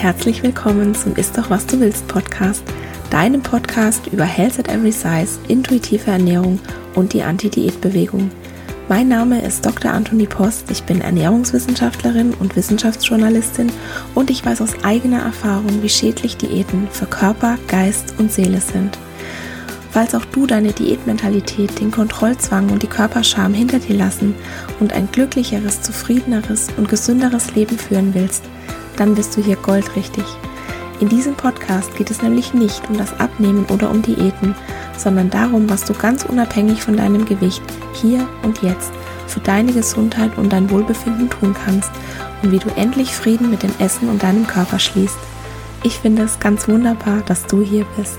herzlich willkommen zum Ist doch was du willst Podcast, deinem Podcast über Health at Every Size, intuitive Ernährung und die Anti-Diät-Bewegung. Mein Name ist Dr. Antonie Post, ich bin Ernährungswissenschaftlerin und Wissenschaftsjournalistin und ich weiß aus eigener Erfahrung, wie schädlich Diäten für Körper, Geist und Seele sind. Falls auch du deine Diätmentalität, den Kontrollzwang und die Körperscham hinter dir lassen und ein glücklicheres, zufriedeneres und gesünderes Leben führen willst, dann bist du hier goldrichtig. In diesem Podcast geht es nämlich nicht um das Abnehmen oder um Diäten, sondern darum, was du ganz unabhängig von deinem Gewicht hier und jetzt für deine Gesundheit und dein Wohlbefinden tun kannst und wie du endlich Frieden mit dem Essen und deinem Körper schließt. Ich finde es ganz wunderbar, dass du hier bist.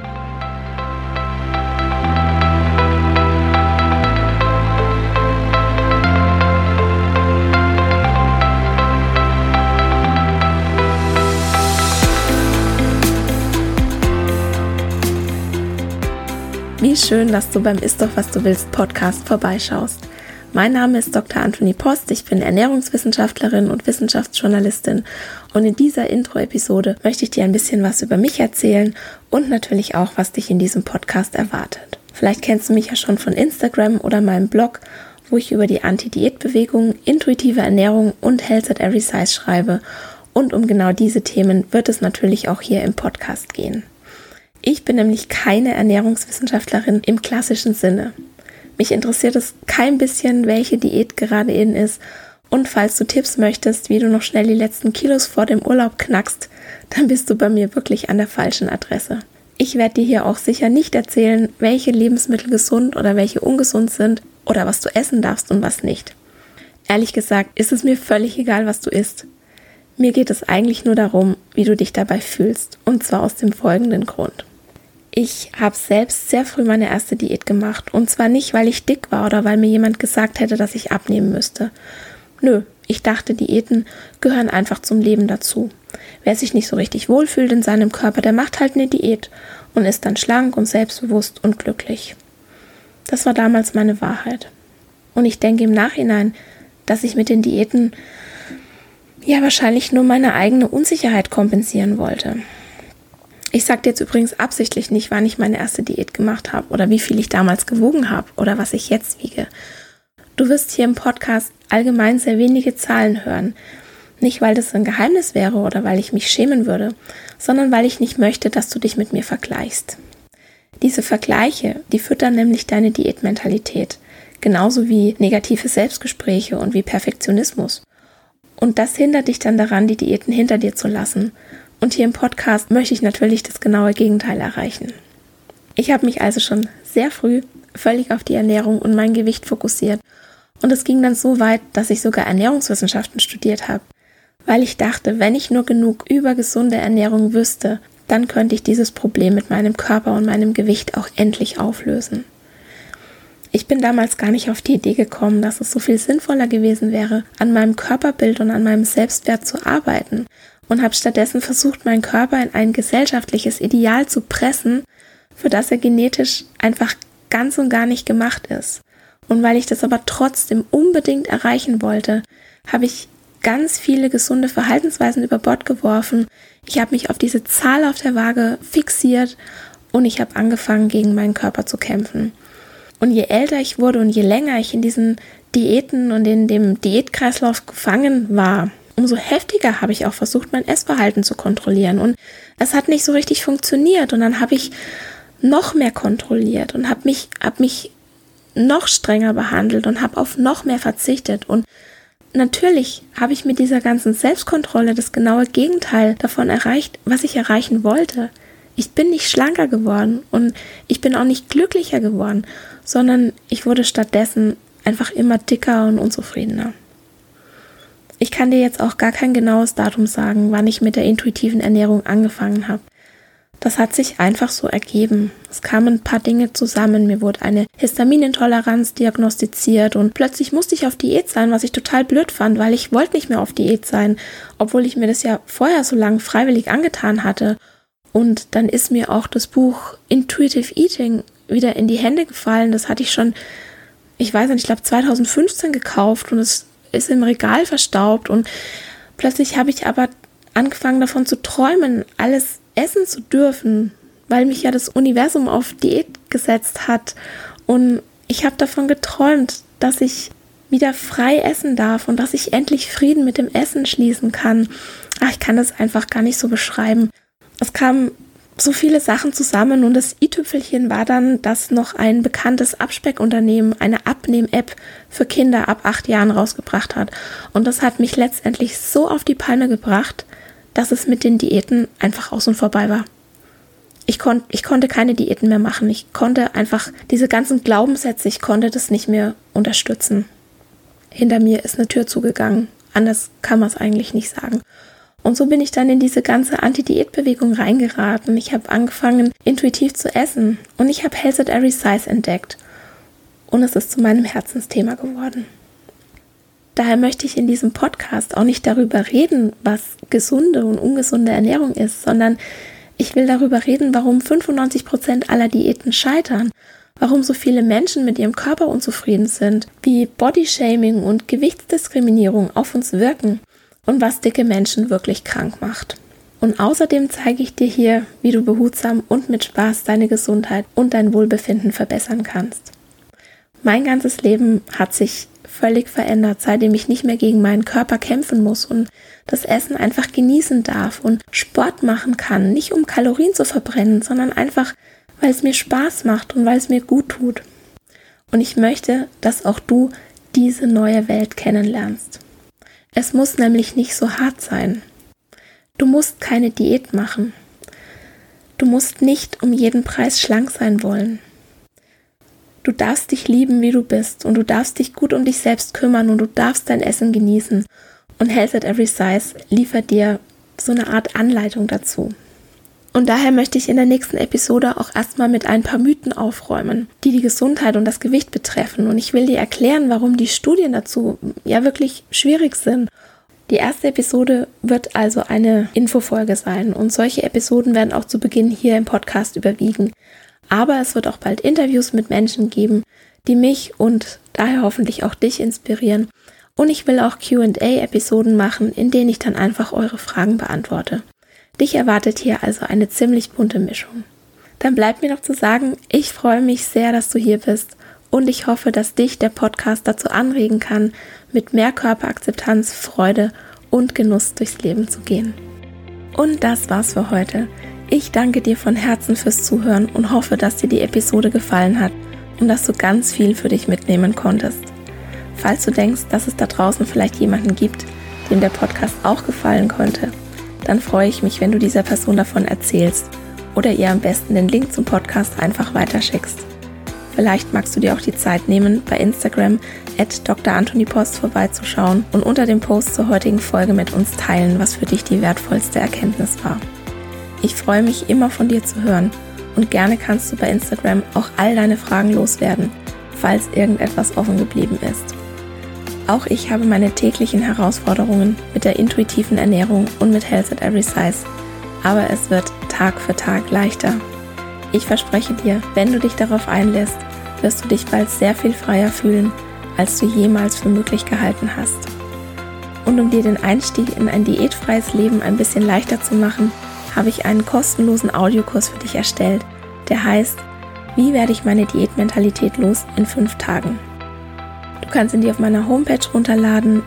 Wie schön, dass du beim Ist doch was du willst Podcast vorbeischaust. Mein Name ist Dr. Antonie Post, ich bin Ernährungswissenschaftlerin und Wissenschaftsjournalistin und in dieser Intro-Episode möchte ich dir ein bisschen was über mich erzählen und natürlich auch, was dich in diesem Podcast erwartet. Vielleicht kennst du mich ja schon von Instagram oder meinem Blog, wo ich über die Anti-Diät-Bewegung, intuitive Ernährung und Health at Every Size schreibe und um genau diese Themen wird es natürlich auch hier im Podcast gehen. Ich bin nämlich keine Ernährungswissenschaftlerin im klassischen Sinne. Mich interessiert es kein bisschen, welche Diät gerade in ist. Und falls du Tipps möchtest, wie du noch schnell die letzten Kilos vor dem Urlaub knackst, dann bist du bei mir wirklich an der falschen Adresse. Ich werde dir hier auch sicher nicht erzählen, welche Lebensmittel gesund oder welche ungesund sind oder was du essen darfst und was nicht. Ehrlich gesagt ist es mir völlig egal, was du isst. Mir geht es eigentlich nur darum, wie du dich dabei fühlst. Und zwar aus dem folgenden Grund. Ich habe selbst sehr früh meine erste Diät gemacht und zwar nicht, weil ich dick war oder weil mir jemand gesagt hätte, dass ich abnehmen müsste. Nö, ich dachte, Diäten gehören einfach zum Leben dazu. Wer sich nicht so richtig wohlfühlt in seinem Körper, der macht halt eine Diät und ist dann schlank und selbstbewusst und glücklich. Das war damals meine Wahrheit. Und ich denke im Nachhinein, dass ich mit den Diäten ja wahrscheinlich nur meine eigene Unsicherheit kompensieren wollte. Ich sage dir jetzt übrigens absichtlich nicht, wann ich meine erste Diät gemacht habe oder wie viel ich damals gewogen habe oder was ich jetzt wiege. Du wirst hier im Podcast allgemein sehr wenige Zahlen hören. Nicht, weil das ein Geheimnis wäre oder weil ich mich schämen würde, sondern weil ich nicht möchte, dass du dich mit mir vergleichst. Diese Vergleiche, die füttern nämlich deine Diätmentalität, genauso wie negative Selbstgespräche und wie Perfektionismus. Und das hindert dich dann daran, die Diäten hinter dir zu lassen. Und hier im Podcast möchte ich natürlich das genaue Gegenteil erreichen. Ich habe mich also schon sehr früh völlig auf die Ernährung und mein Gewicht fokussiert. Und es ging dann so weit, dass ich sogar Ernährungswissenschaften studiert habe. Weil ich dachte, wenn ich nur genug über gesunde Ernährung wüsste, dann könnte ich dieses Problem mit meinem Körper und meinem Gewicht auch endlich auflösen. Ich bin damals gar nicht auf die Idee gekommen, dass es so viel sinnvoller gewesen wäre, an meinem Körperbild und an meinem Selbstwert zu arbeiten und habe stattdessen versucht, meinen Körper in ein gesellschaftliches Ideal zu pressen, für das er genetisch einfach ganz und gar nicht gemacht ist. Und weil ich das aber trotzdem unbedingt erreichen wollte, habe ich ganz viele gesunde Verhaltensweisen über Bord geworfen. Ich habe mich auf diese Zahl auf der Waage fixiert und ich habe angefangen, gegen meinen Körper zu kämpfen. Und je älter ich wurde und je länger ich in diesen Diäten und in dem Diätkreislauf gefangen war, umso heftiger habe ich auch versucht, mein Essverhalten zu kontrollieren. Und es hat nicht so richtig funktioniert. Und dann habe ich noch mehr kontrolliert und habe mich noch strenger behandelt und habe auf noch mehr verzichtet. Und natürlich habe ich mit dieser ganzen Selbstkontrolle das genaue Gegenteil davon erreicht, was ich erreichen wollte. Ich bin nicht schlanker geworden und ich bin auch nicht glücklicher geworden, sondern ich wurde stattdessen einfach immer dicker und unzufriedener. Ich kann dir jetzt auch gar kein genaues Datum sagen, wann ich mit der intuitiven Ernährung angefangen habe. Das hat sich einfach so ergeben. Es kamen ein paar Dinge zusammen. Mir wurde eine Histaminintoleranz diagnostiziert und plötzlich musste ich auf Diät sein, was ich total blöd fand, weil ich wollte nicht mehr auf Diät sein, obwohl ich mir das ja vorher so lange freiwillig angetan hatte. Und dann ist mir auch das Buch Intuitive Eating wieder in die Hände gefallen. Das hatte ich schon, ich weiß nicht, ich glaube 2015 gekauft und es ist im Regal verstaubt und plötzlich habe ich aber angefangen davon zu träumen, alles essen zu dürfen, weil mich ja das Universum auf Diät gesetzt hat. Und ich habe davon geträumt, dass ich wieder frei essen darf und dass ich endlich Frieden mit dem Essen schließen kann. Ich kann das einfach gar nicht so beschreiben. Es kamen so viele Sachen zusammen und das i-Tüpfelchen war dann, dass noch ein bekanntes Abspeckunternehmen eine Abnehm-App für Kinder ab 8 Jahren rausgebracht hat. Und das hat mich letztendlich so auf die Palme gebracht, dass es mit den Diäten einfach aus und vorbei war. Ich konnte keine Diäten mehr machen. Ich konnte einfach diese ganzen Glaubenssätze, ich konnte das nicht mehr unterstützen. Hinter mir ist eine Tür zugegangen. Anders kann man es eigentlich nicht sagen. Und so bin ich dann in diese ganze Anti-Diät-Bewegung reingeraten. Ich habe angefangen, intuitiv zu essen und ich habe Health at Every Size entdeckt. Und es ist zu meinem Herzensthema geworden. Daher möchte ich in diesem Podcast auch nicht darüber reden, was gesunde und ungesunde Ernährung ist, sondern ich will darüber reden, warum 95% aller Diäten scheitern, warum so viele Menschen mit ihrem Körper unzufrieden sind, wie Bodyshaming und Gewichtsdiskriminierung auf uns wirken und was dicke Menschen wirklich krank macht. Und außerdem zeige ich dir hier, wie du behutsam und mit Spaß deine Gesundheit und dein Wohlbefinden verbessern kannst. Mein ganzes Leben hat sich völlig verändert, seitdem ich nicht mehr gegen meinen Körper kämpfen muss und das Essen einfach genießen darf und Sport machen kann, nicht um Kalorien zu verbrennen, sondern einfach, weil es mir Spaß macht und weil es mir gut tut. Und ich möchte, dass auch du diese neue Welt kennenlernst. Es muss nämlich nicht so hart sein. Du musst keine Diät machen. Du musst nicht um jeden Preis schlank sein wollen. Du darfst dich lieben, wie du bist und du darfst dich gut um dich selbst kümmern und du darfst dein Essen genießen. Und Health at Every Size liefert dir so eine Art Anleitung dazu. Und daher möchte ich in der nächsten Episode auch erstmal mit ein paar Mythen aufräumen, die die Gesundheit und das Gewicht betreffen. Und ich will dir erklären, warum die Studien dazu ja wirklich schwierig sind. Die erste Episode wird also eine Infofolge sein und solche Episoden werden auch zu Beginn hier im Podcast überwiegen. Aber es wird auch bald Interviews mit Menschen geben, die mich und daher hoffentlich auch dich inspirieren. Und ich will auch Q&A-Episoden machen, in denen ich dann einfach eure Fragen beantworte. Dich erwartet hier also eine ziemlich bunte Mischung. Dann bleibt mir noch zu sagen, ich freue mich sehr, dass du hier bist und ich hoffe, dass dich der Podcast dazu anregen kann, mit mehr Körperakzeptanz, Freude und Genuss durchs Leben zu gehen. Und das war's für heute. Ich danke dir von Herzen fürs Zuhören und hoffe, dass dir die Episode gefallen hat und dass du ganz viel für dich mitnehmen konntest. Falls du denkst, dass es da draußen vielleicht jemanden gibt, dem der Podcast auch gefallen könnte, dann freue ich mich, wenn du dieser Person davon erzählst oder ihr am besten den Link zum Podcast einfach weiterschickst. Vielleicht magst du dir auch die Zeit nehmen, bei Instagram @dr.antonipost vorbeizuschauen und unter dem Post zur heutigen Folge mit uns teilen, was für dich die wertvollste Erkenntnis war. Ich freue mich immer von dir zu hören und gerne kannst du bei Instagram auch all deine Fragen loswerden, falls irgendetwas offen geblieben ist. Auch ich habe meine täglichen Herausforderungen mit der intuitiven Ernährung und mit Health at Every Size, aber es wird Tag für Tag leichter. Ich verspreche dir, wenn du dich darauf einlässt, wirst du dich bald sehr viel freier fühlen, als du jemals für möglich gehalten hast. Und um dir den Einstieg in ein diätfreies Leben ein bisschen leichter zu machen, habe ich einen kostenlosen Audiokurs für dich erstellt, der heißt, wie werde ich meine Diätmentalität los in 5 Tagen. Du kannst ihn dir auf meiner Homepage runterladen,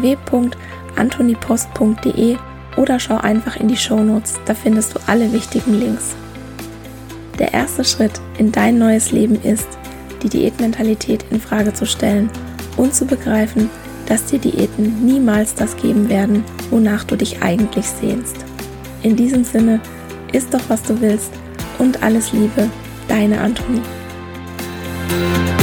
www.antonipost.de oder schau einfach in die Shownotes, da findest du alle wichtigen Links. Der erste Schritt in dein neues Leben ist, die Diätmentalität in Frage zu stellen und zu begreifen, dass dir Diäten niemals das geben werden, wonach du dich eigentlich sehnst. In diesem Sinne, iss doch, was du willst und alles Liebe, deine Antonie.